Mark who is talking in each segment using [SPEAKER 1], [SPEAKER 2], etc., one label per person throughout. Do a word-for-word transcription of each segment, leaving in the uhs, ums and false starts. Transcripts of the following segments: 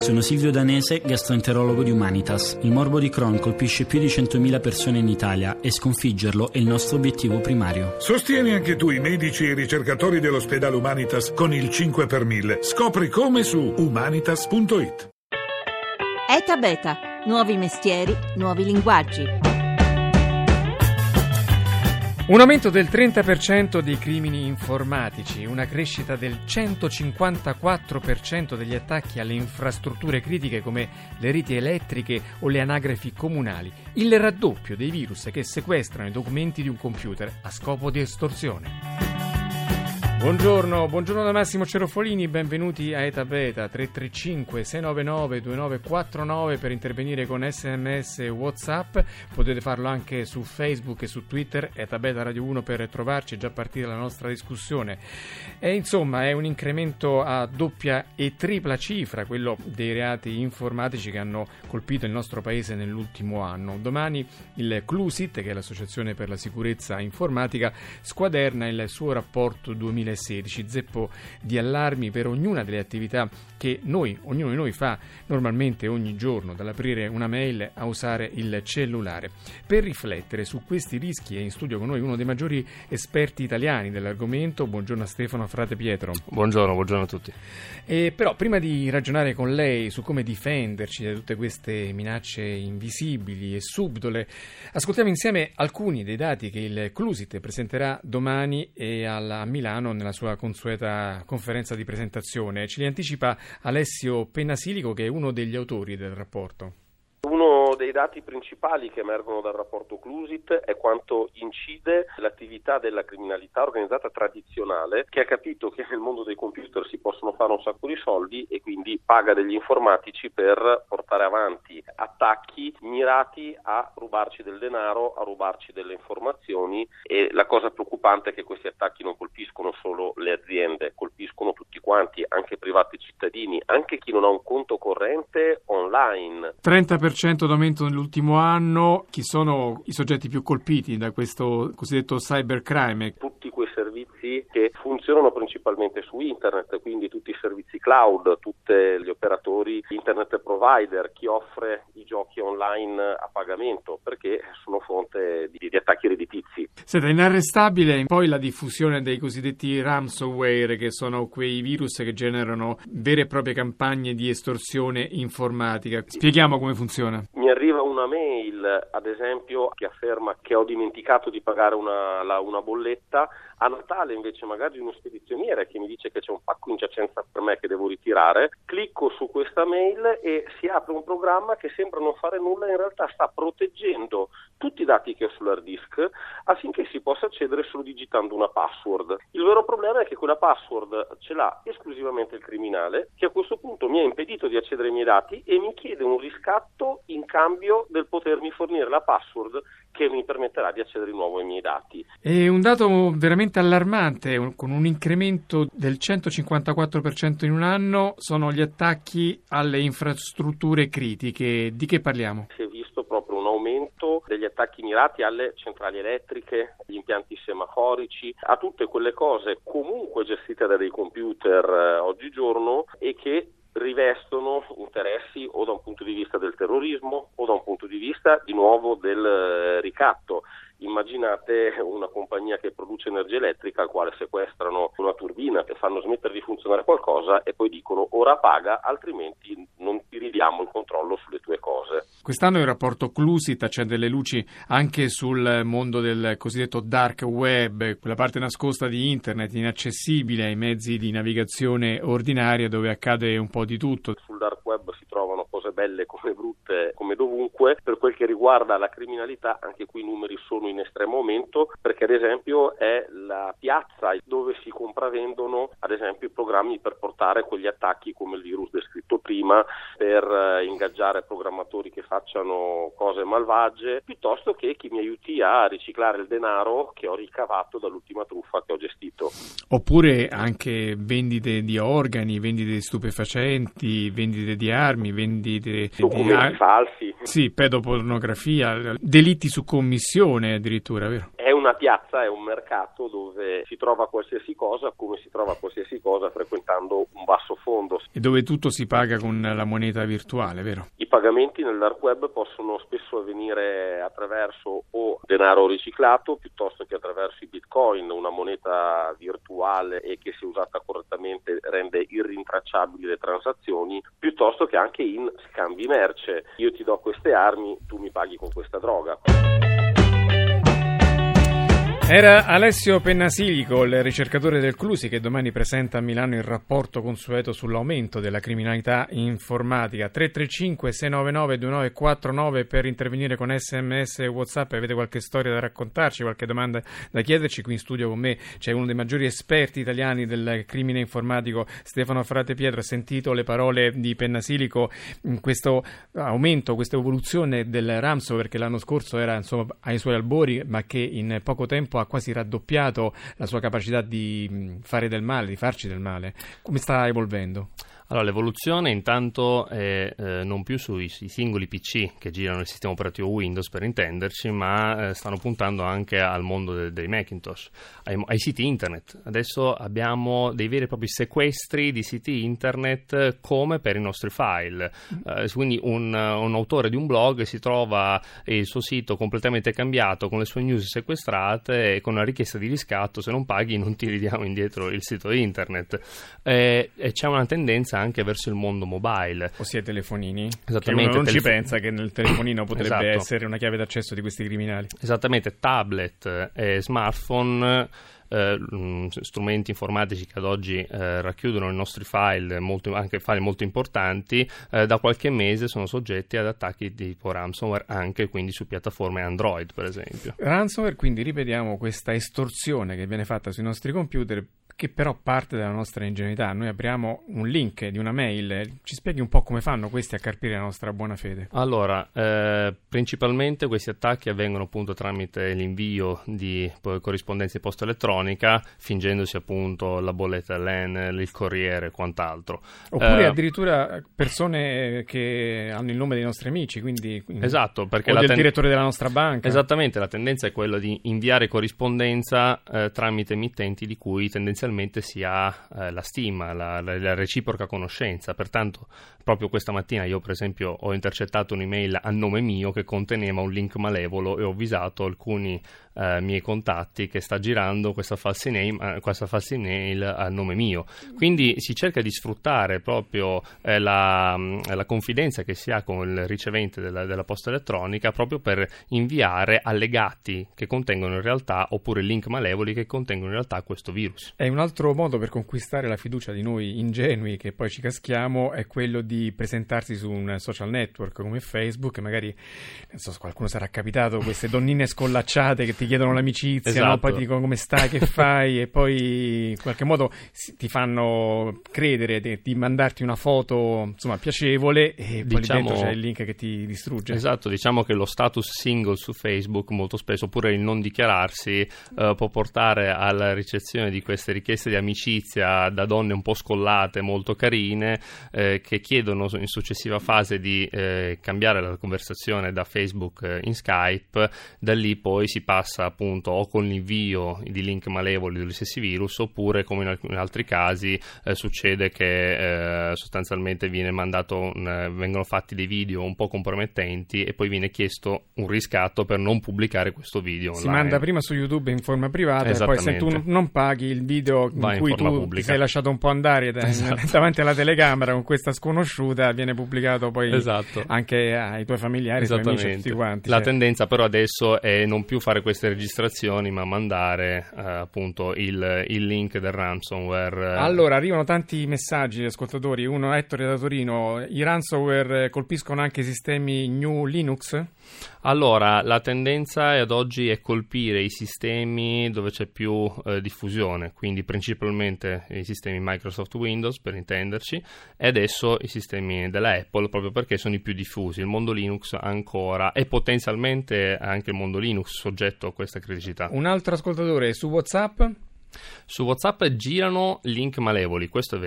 [SPEAKER 1] Sono Silvio Danese, gastroenterologo di Humanitas. Il morbo di Crohn colpisce più di centomila persone in Italia e sconfiggerlo è il nostro obiettivo primario.
[SPEAKER 2] Sostieni anche tu i medici e i ricercatori dell'ospedale Humanitas con il cinque per mille. Scopri come su humanitas punto it.
[SPEAKER 3] ETA Beta. Nuovi mestieri, nuovi linguaggi.
[SPEAKER 4] Un aumento del trenta per cento dei crimini informatici, una crescita del centocinquantaquattro per cento degli attacchi alle infrastrutture critiche come le reti elettriche o le anagrafi comunali, il raddoppio dei virus che sequestrano i documenti di un computer a scopo di estorsione. Buongiorno, buongiorno da Massimo Cerofolini, benvenuti a ETA Beta. Tre tre cinque sei nove nove due nove quattro nove per intervenire con sms e WhatsApp. Potete farlo anche su Facebook e su Twitter, ETA Beta Radio uno, per trovarci e già partire la nostra discussione. E insomma è un incremento a doppia e tripla cifra quello dei reati informatici che hanno colpito il nostro paese nell'ultimo anno. Domani il CLUSIT, che è l'Associazione per la Sicurezza Informatica, squaderna il suo rapporto duemilasedici, zeppo di allarmi per ognuna delle attività che noi, ognuno di noi fa normalmente ogni giorno, dall'aprire una mail a usare il cellulare. Per riflettere su questi rischi è in studio con noi uno dei maggiori esperti italiani dell'argomento. Buongiorno a Stefano Frate Pietro.
[SPEAKER 5] Buongiorno, buongiorno a tutti.
[SPEAKER 4] E però prima di ragionare con lei su come difenderci da tutte queste minacce invisibili e subdole, ascoltiamo insieme alcuni dei dati che il CLUSIT presenterà domani e a Milano nella sua consueta conferenza di presentazione. Ce li anticipa Alessio Pennasilico, che è uno degli autori del rapporto.
[SPEAKER 6] Uno dei dati principali che emergono dal rapporto CLUSIT è quanto incide l'attività della criminalità organizzata tradizionale, che ha capito che nel mondo dei computer si possono fare un sacco di soldi e quindi paga degli informatici per portare avanti attacchi mirati a rubarci del denaro, a rubarci delle informazioni. E la cosa preoccupante è che questi attacchi non colpiscono solo le aziende, colpiscono tutti quanti, anche privati cittadini, anche chi non ha un conto corrente online.
[SPEAKER 4] trenta per cento d'aumento nell'ultimo anno. Chi sono i soggetti più colpiti da questo cosiddetto cybercrime?
[SPEAKER 6] Tutti quei servizi che funzionano principalmente su internet, quindi tutti i servizi cloud, tutti gli operatori internet provider, chi offre i giochi online a pagamento, perché sono fonte di, di attacchi redditizi.
[SPEAKER 4] Senta, inarrestabile poi la diffusione dei cosiddetti ransomware, che sono quei virus che generano vere e proprie campagne di estorsione informatica. Spieghiamo come funziona.
[SPEAKER 6] Mi arriva una mail, ad esempio, che afferma che ho dimenticato di pagare una, la, una bolletta. A Natale invece magari uno spedizioniere che mi dice che c'è un pacco in giacenza per me che devo ritirare. Clicco su questa mail e si apre un programma che sembra non fare nulla, in realtà sta proteggendo tutti i dati che ho sull'hard disk affinché si possa accedere solo digitando una password. Il vero problema è che quella password ce l'ha esclusivamente il criminale, che a questo punto mi ha impedito di accedere ai miei dati e mi chiede un riscatto in cambio del potermi fornire la password che mi permetterà di accedere di nuovo ai miei dati.
[SPEAKER 4] È un dato veramente allarmante, con un incremento del centocinquantaquattro per cento in un anno. Sono gli attacchi alle infrastrutture critiche. Di che parliamo?
[SPEAKER 6] Si è visto proprio un aumento degli attacchi mirati alle centrali elettriche, agli impianti semaforici, a tutte quelle cose comunque gestite da dei computer eh, oggigiorno e che rivestono interessi o da un punto di vista del terrorismo o da un punto di vista di nuovo del ricatto. Immaginate una compagnia che produce energia elettrica al quale sequestrano una turbina, che fanno smettere di funzionare qualcosa e poi dicono ora paga, altrimenti non ti ridiamo il controllo sulle tue cose.
[SPEAKER 4] Quest'anno il rapporto CLUSIT accende le luci anche sul mondo del cosiddetto dark web, quella parte nascosta di internet inaccessibile ai mezzi di navigazione ordinaria, dove accade un po' di tutto.
[SPEAKER 6] Sul dark web si trovano cose belle come brutte, come dovunque. Per quel che riguarda la criminalità, anche qui i numeri sono in estremo aumento, perché ad esempio è la piazza dove si compravendono ad esempio i programmi per portare quegli attacchi come il virus descritto prima, per eh, ingaggiare programmatori che facciano cose malvagie, piuttosto che chi mi aiuti a riciclare il denaro che ho ricavato dall'ultima truffa che ho gestito.
[SPEAKER 4] Oppure anche vendite di organi, vendite di stupefacenti, vendite di armi, vendite
[SPEAKER 6] documenti
[SPEAKER 4] di ar-
[SPEAKER 6] falsi.
[SPEAKER 4] Sì, pedopornografia, delitti su commissione addirittura, vero?
[SPEAKER 6] È un una piazza, è un mercato dove si trova qualsiasi cosa, come si trova qualsiasi cosa frequentando un basso fondo.
[SPEAKER 4] E dove tutto si paga con la moneta virtuale, vero?
[SPEAKER 6] I pagamenti nel dark web possono spesso avvenire attraverso o denaro riciclato piuttosto che attraverso i bitcoin, una moneta virtuale e che se usata correttamente rende irrintracciabili le transazioni, piuttosto che anche in scambi merce. Io ti do queste armi, tu mi paghi con questa droga.
[SPEAKER 4] Era Alessio Pennasilico, il ricercatore del Clusi, che domani presenta a Milano il rapporto consueto sull'aumento della criminalità informatica. tre tre cinque sei nove nove due nove quattro nove per intervenire con sms e WhatsApp. Avete qualche storia da raccontarci, qualche domanda da chiederci? Qui in studio con me c'è uno dei maggiori esperti italiani del crimine informatico, Stefano Frate Pietro. Ha sentito le parole di Pennasilico in questo aumento, questa evoluzione del ransomware, che l'anno scorso era insomma ai suoi albori, ma che in poco tempo ha quasi raddoppiato la sua capacità di fare del male, di farci del male. Come sta evolvendo?
[SPEAKER 5] Allora, l'evoluzione intanto è eh, non più sui, sui singoli P C che girano il sistema operativo Windows, per intenderci, ma eh, stanno puntando anche al mondo de- dei Macintosh, ai, ai siti internet. Adesso abbiamo dei veri e propri sequestri di siti internet come per i nostri file. Eh, quindi un, un autore di un blog si trova il suo sito completamente cambiato, con le sue news sequestrate e con una richiesta di riscatto: se non paghi non ti ridiamo indietro il sito internet. Eh, e c'è una tendenza anche verso il mondo mobile,
[SPEAKER 4] ossia i telefonini.
[SPEAKER 5] Esattamente,
[SPEAKER 4] che uno non
[SPEAKER 5] telefo-
[SPEAKER 4] ci pensa che nel telefonino potrebbe
[SPEAKER 5] esatto.
[SPEAKER 4] essere una chiave d'accesso di questi criminali.
[SPEAKER 5] Esattamente, tablet e smartphone, eh, strumenti informatici che ad oggi eh, racchiudono i nostri file, molto, anche file molto importanti, eh, da qualche mese sono soggetti ad attacchi tipo ransomware, anche quindi su piattaforme Android, per esempio.
[SPEAKER 4] Ransomware, quindi ripetiamo, questa estorsione che viene fatta sui nostri computer, che però parte dalla nostra ingenuità. Noi apriamo un link di una mail, ci spieghi un po' come fanno questi a carpire la nostra buona fede?
[SPEAKER 5] Allora, eh, principalmente questi attacchi avvengono appunto tramite l'invio di corrispondenza di posta elettronica, fingendosi appunto la bolletta dell'Enel, il corriere e quant'altro.
[SPEAKER 4] Oppure
[SPEAKER 5] eh,
[SPEAKER 4] addirittura persone che hanno il nome dei nostri amici, quindi
[SPEAKER 5] esatto, perché
[SPEAKER 4] o
[SPEAKER 5] la
[SPEAKER 4] del
[SPEAKER 5] ten-
[SPEAKER 4] direttore della nostra banca.
[SPEAKER 5] Esattamente, la tendenza è quella di inviare corrispondenza eh, tramite emittenti di cui tendenzialmente si ha eh, la stima, la, la, la reciproca conoscenza. Pertanto proprio questa mattina io per esempio ho intercettato un'email a nome mio che conteneva un link malevolo e ho avvisato alcuni eh, miei contatti che sta girando questa false name, eh, questa false email a nome mio. Quindi si cerca di sfruttare proprio eh, la, la confidenza che si ha con il ricevente della, della posta elettronica, proprio per inviare allegati che contengono in realtà, oppure link malevoli che contengono in realtà questo virus.
[SPEAKER 4] È un altro modo per conquistare la fiducia di noi ingenui che poi ci caschiamo, è quello di presentarsi su un social network come Facebook, e magari, non so, qualcuno sarà capitato, queste donnine scollacciate che ti chiedono l'amicizia,
[SPEAKER 5] esatto.
[SPEAKER 4] no? Poi ti dicono come stai, che fai, e poi in qualche modo ti fanno credere di, di mandarti una foto insomma piacevole, e poi
[SPEAKER 5] diciamo,
[SPEAKER 4] lì dentro c'è il link che ti distrugge.
[SPEAKER 5] Esatto, diciamo che lo status single su Facebook molto spesso, oppure il non dichiararsi, eh, può portare alla ricezione di queste richieste di amicizia da donne un po' scollate, molto carine, eh, che chiedono in successiva fase di eh, cambiare la conversazione da Facebook eh, in Skype. Da lì poi si passa appunto o con l'invio di link malevoli degli stessi virus, oppure come in alcuni altri casi eh, succede che eh, sostanzialmente viene mandato un, eh, vengono fatti dei video un po' compromettenti e poi viene chiesto un riscatto per non pubblicare questo video online.
[SPEAKER 4] Si manda prima su YouTube in forma privata e poi se tu non paghi il video in
[SPEAKER 5] Va
[SPEAKER 4] cui
[SPEAKER 5] in
[SPEAKER 4] tu
[SPEAKER 5] pubblica.
[SPEAKER 4] ti sei lasciato un po' andare da, esatto. davanti alla telecamera con questa sconosciuta, viene pubblicato poi
[SPEAKER 5] esatto.
[SPEAKER 4] anche ai tuoi familiari, ai tuoi amici, a tutti quanti.
[SPEAKER 5] La
[SPEAKER 4] cioè.
[SPEAKER 5] tendenza però adesso è non più fare queste registrazioni, ma mandare eh, appunto il, il link del ransomware.
[SPEAKER 4] Allora, arrivano tanti messaggi, ascoltatori. Uno, Ettore da Torino: i ransomware colpiscono anche i sistemi New Linux?
[SPEAKER 5] Allora, la tendenza ad oggi è colpire i sistemi dove c'è più eh, diffusione, quindi principalmente i sistemi Microsoft Windows, per intenderci, e adesso i sistemi della Apple, proprio perché sono i più diffusi. Il mondo Linux ancora, e potenzialmente anche il mondo Linux soggetto a questa criticità.
[SPEAKER 4] Un altro ascoltatore: su WhatsApp?
[SPEAKER 5] Su WhatsApp girano link malevoli, questo è vero.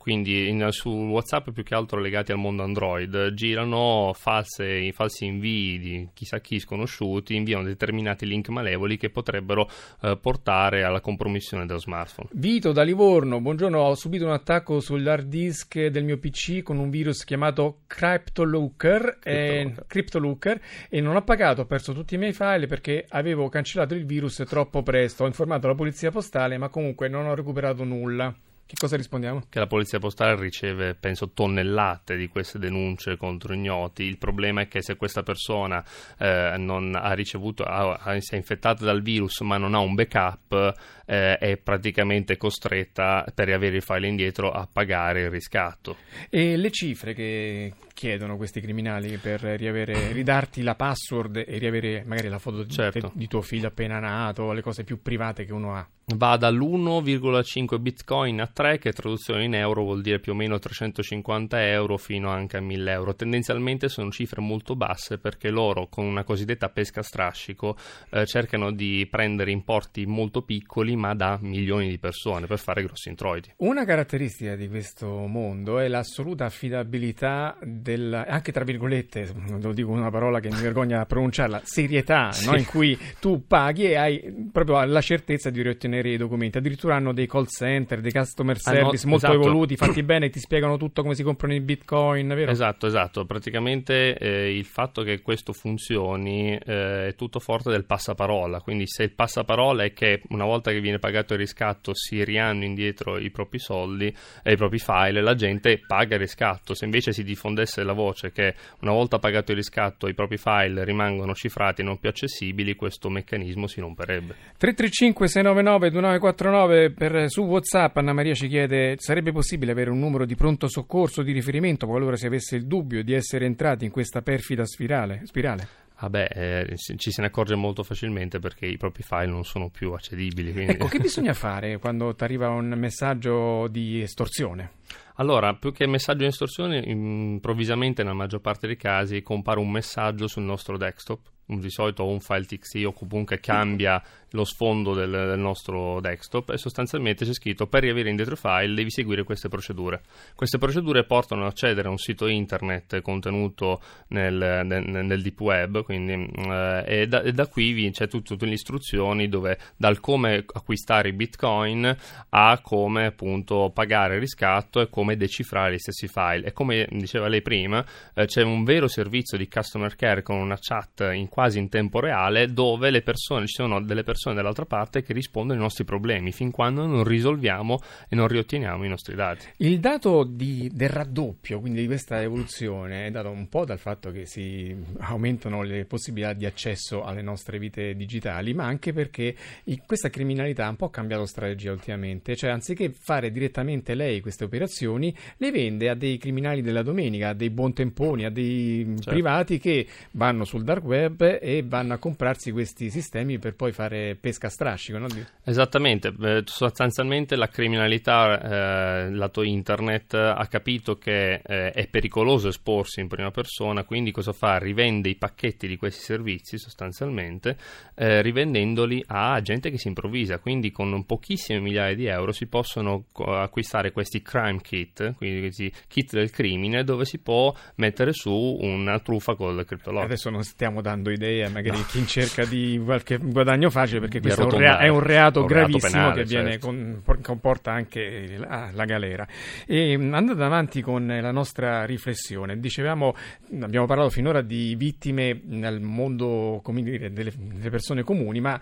[SPEAKER 5] quindi in, su WhatsApp più che altro legati al mondo Android girano false, falsi invii di chissà chi sconosciuti, inviano determinati link malevoli che potrebbero eh, portare alla compromissione dello smartphone.
[SPEAKER 4] Vito da Livorno, buongiorno, ho subito un attacco sull'hard disk del mio P C con un virus chiamato CryptoLooker, eh, CryptoLooker e non ho pagato, ho perso tutti i miei file perché avevo cancellato il virus troppo presto, ho informato la polizia postale ma comunque non ho recuperato nulla. Che cosa rispondiamo? Che
[SPEAKER 5] la polizia postale riceve, penso, tonnellate di queste denunce contro ignoti. Il problema è che se questa persona eh, non ha ricevuto, ha, si è infettata dal virus ma non ha un backup, eh, è praticamente costretta, per riavere il file indietro, a pagare il riscatto.
[SPEAKER 4] E le cifre che chiedono questi criminali per riavere, ridarti la password e riavere magari la foto
[SPEAKER 5] certo.
[SPEAKER 4] di, di tuo figlio appena nato, le cose più private che uno ha?
[SPEAKER 5] Va dall'uno virgola cinque bitcoin a tre, che traduzione in euro vuol dire più o meno trecentocinquanta euro, fino anche a mille euro. Tendenzialmente sono cifre molto basse perché loro, con una cosiddetta pesca a strascico, eh, cercano di prendere importi molto piccoli ma da milioni di persone per fare grossi introiti.
[SPEAKER 4] Una caratteristica di questo mondo è l'assoluta affidabilità del, anche tra virgolette, lo dico una parola che mi vergogna a pronunciarla, serietà, sì. no? In cui tu paghi e hai proprio la certezza di riottenere i documenti. Addirittura hanno dei call center, dei customer service ah, no, molto
[SPEAKER 5] esatto.
[SPEAKER 4] evoluti, fatti bene, ti spiegano tutto come si comprano i bitcoin, vero?
[SPEAKER 5] Esatto, esatto. Praticamente eh, il fatto che questo funzioni eh, è tutto forte del passaparola, quindi se il passaparola è che una volta che viene pagato il riscatto si rihanno indietro i propri soldi e i propri file, la gente paga il riscatto. Se invece si diffondesse la voce che una volta pagato il riscatto i propri file rimangono cifrati e non più accessibili, questo meccanismo si romperebbe.
[SPEAKER 4] tre tre cinque sei nove nove due nove quattro nove per, su WhatsApp Anna Maria ci chiede: sarebbe possibile avere un numero di pronto soccorso di riferimento qualora si avesse il dubbio di essere entrati in questa perfida spirale? spirale?
[SPEAKER 5] Ah beh, eh, ci se ne accorge molto facilmente perché i propri file non sono più accedibili. Quindi...
[SPEAKER 4] Ecco, che bisogna fare quando ti arriva un messaggio di estorsione?
[SPEAKER 5] Allora, più che messaggio di estorsione, improvvisamente nella maggior parte dei casi compare un messaggio sul nostro desktop, di solito un file T X T o comunque cambia lo sfondo del, del nostro desktop e sostanzialmente c'è scritto: per riavere indietro i file devi seguire queste procedure. Queste procedure portano ad accedere a un sito internet contenuto nel, nel, nel deep web, quindi, eh, e, da, e da qui c'è tutto, tutte le istruzioni dove, dal come acquistare i bitcoin a come appunto pagare il riscatto e come decifrare gli stessi file. E come diceva lei prima, eh, c'è un vero servizio di customer care con una chat in quasi in tempo reale dove le persone, ci sono delle persone dall'altra parte che rispondono ai nostri problemi fin quando non risolviamo e non riotteniamo i nostri dati.
[SPEAKER 4] Il dato di, del raddoppio, quindi di questa evoluzione, è dato un po' dal fatto che si aumentano le possibilità di accesso alle nostre vite digitali, ma anche perché questa criminalità ha un po' cambiato strategia ultimamente, cioè anziché fare direttamente lei queste operazioni, le vende a dei criminali della domenica, a dei buontemponi, a dei certo. privati che vanno sul dark web e vanno a comprarsi questi sistemi per poi fare pesca a strascico, no?
[SPEAKER 5] Esattamente, eh, sostanzialmente la criminalità eh, lato internet ha capito che eh, è pericoloso esporsi in prima persona, quindi cosa fa? Rivende i pacchetti di questi servizi sostanzialmente, eh, rivendendoli a gente che si improvvisa, quindi con pochissime migliaia di euro si possono acquistare questi crime kit, quindi questi kit del crimine dove si può mettere su una truffa col CryptoLocker.
[SPEAKER 4] Adesso non stiamo dando idea magari no. chi in cerca di qualche guadagno facile, perché questo è un, rea- è un reato un gravissimo reato penale, che viene
[SPEAKER 5] certo.
[SPEAKER 4] con, comporta anche la, la galera. E andando avanti con la nostra riflessione, dicevamo, abbiamo parlato finora di vittime nel mondo, come dire, delle, delle persone comuni, ma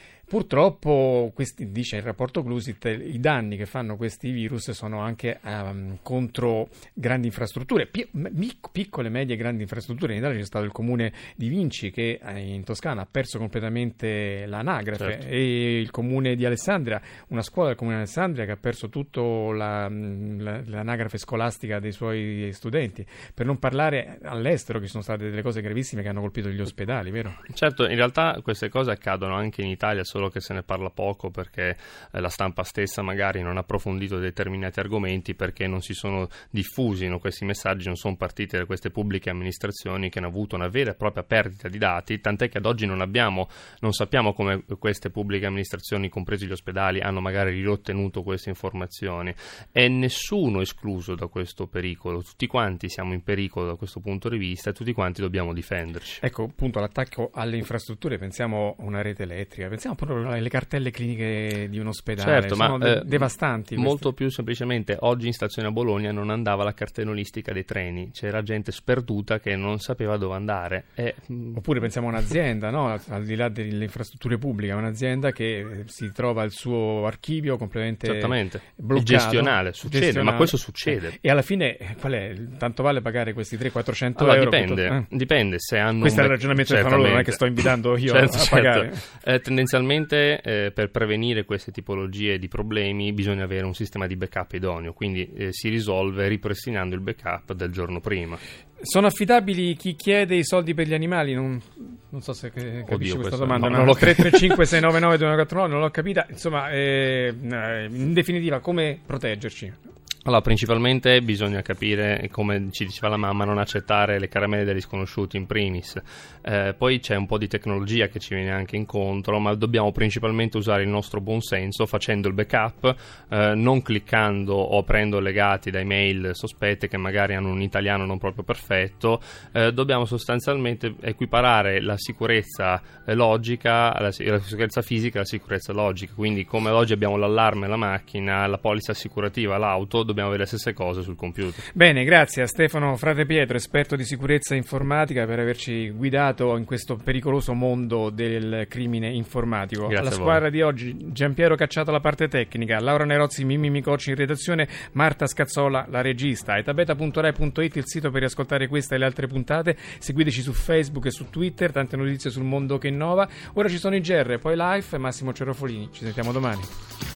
[SPEAKER 4] purtroppo, questi, dice il rapporto Clusit, i danni che fanno questi virus sono anche um, contro grandi infrastrutture, Pi- piccole, medie e grandi infrastrutture. In Italia c'è stato il comune di Vinci che in Toscana ha perso completamente l'anagrafe, certo. e il comune di Alessandria, una scuola del comune di Alessandria che ha perso tutto la, la, l'anagrafe scolastica dei suoi studenti, per non parlare all'estero che ci sono state delle cose gravissime che hanno colpito gli ospedali, vero?
[SPEAKER 5] Certo, in realtà queste cose accadono anche in Italia, solo solo che se ne parla poco perché eh, la stampa stessa magari non ha approfondito determinati argomenti, perché non si sono diffusi, no? Questi messaggi non sono partiti da queste pubbliche amministrazioni che hanno avuto una vera e propria perdita di dati, tant'è che ad oggi non abbiamo, non sappiamo come queste pubbliche amministrazioni, compresi gli ospedali, hanno magari rirottenuto queste informazioni. È nessuno escluso da questo pericolo, tutti quanti siamo in pericolo da questo punto di vista e tutti quanti dobbiamo difenderci.
[SPEAKER 4] Ecco, appunto, l'attacco alle infrastrutture, pensiamo a una rete elettrica, pensiamo proprio alle cartelle cliniche di un ospedale,
[SPEAKER 5] certo,
[SPEAKER 4] sono
[SPEAKER 5] ma,
[SPEAKER 4] de-
[SPEAKER 5] eh,
[SPEAKER 4] devastanti.
[SPEAKER 5] Molto
[SPEAKER 4] queste.
[SPEAKER 5] più semplicemente, oggi in stazione a Bologna non andava la cartellonistica dei treni, c'era gente sperduta che non sapeva dove andare. E,
[SPEAKER 4] Oppure pensiamo a un'azienda, no? Al di là delle infrastrutture pubbliche, un'azienda che si trova il suo archivio completamente
[SPEAKER 5] certamente
[SPEAKER 4] bloccato.
[SPEAKER 5] Gestionale, succede,
[SPEAKER 4] gestionale.
[SPEAKER 5] ma questo succede.
[SPEAKER 4] E alla fine, qual è? Tanto vale pagare questi trecento quattrocento
[SPEAKER 5] Allora,
[SPEAKER 4] euro?
[SPEAKER 5] dipende,
[SPEAKER 4] piuttosto, eh?
[SPEAKER 5] dipende se hanno
[SPEAKER 4] questo
[SPEAKER 5] un
[SPEAKER 4] è il ragionamento che fanno loro, non è che sto invitando io
[SPEAKER 5] certo,
[SPEAKER 4] a
[SPEAKER 5] certo.
[SPEAKER 4] pagare.
[SPEAKER 5] Eh, tendenzialmente eh, per prevenire queste tipologie di problemi bisogna avere un sistema di backup idoneo, quindi eh, si risolve ripristinando il backup del giorno prima.
[SPEAKER 4] Sono affidabili chi chiede i soldi per gli animali? Non, non so se capisci
[SPEAKER 5] Oddio,
[SPEAKER 4] questa
[SPEAKER 5] questo
[SPEAKER 4] domanda.
[SPEAKER 5] no,
[SPEAKER 4] No,
[SPEAKER 5] non l'ho
[SPEAKER 4] tre tre cinque sei nove nove due nove quattro nove non l'ho capita. Insomma, eh, in definitiva, come proteggerci?
[SPEAKER 5] Allora, principalmente bisogna capire, come ci diceva la mamma, non accettare le caramelle degli sconosciuti in primis. Eh, poi c'è un po' di tecnologia che ci viene anche incontro, ma dobbiamo principalmente usare il nostro buon senso facendo il backup, eh, non cliccando o aprendo legati da email sospette che magari hanno un italiano non proprio perfetto. Eh, dobbiamo sostanzialmente equiparare la sicurezza eh, logica, la, la sicurezza fisica alla sicurezza logica. Quindi, come oggi abbiamo l'allarme alla macchina, la polizza assicurativa all'auto, dobbiamo avere le stesse cose sul computer.
[SPEAKER 4] Bene, grazie a Stefano Frate Pietro, esperto di sicurezza informatica, per averci guidato in questo pericoloso mondo del crimine informatico.
[SPEAKER 5] Grazie
[SPEAKER 4] alla squadra di oggi Giampiero Cacciato la parte tecnica, Laura Nerozzi, Mimmi Micocci in redazione, Marta Scazzola la regista. etabeta punto rai punto it il sito per riascoltare questa e le altre puntate. Seguiteci su Facebook e su Twitter, tante notizie sul mondo che innova. Ora ci sono i G R, poi Life, Massimo Cerofolini. Ci sentiamo domani.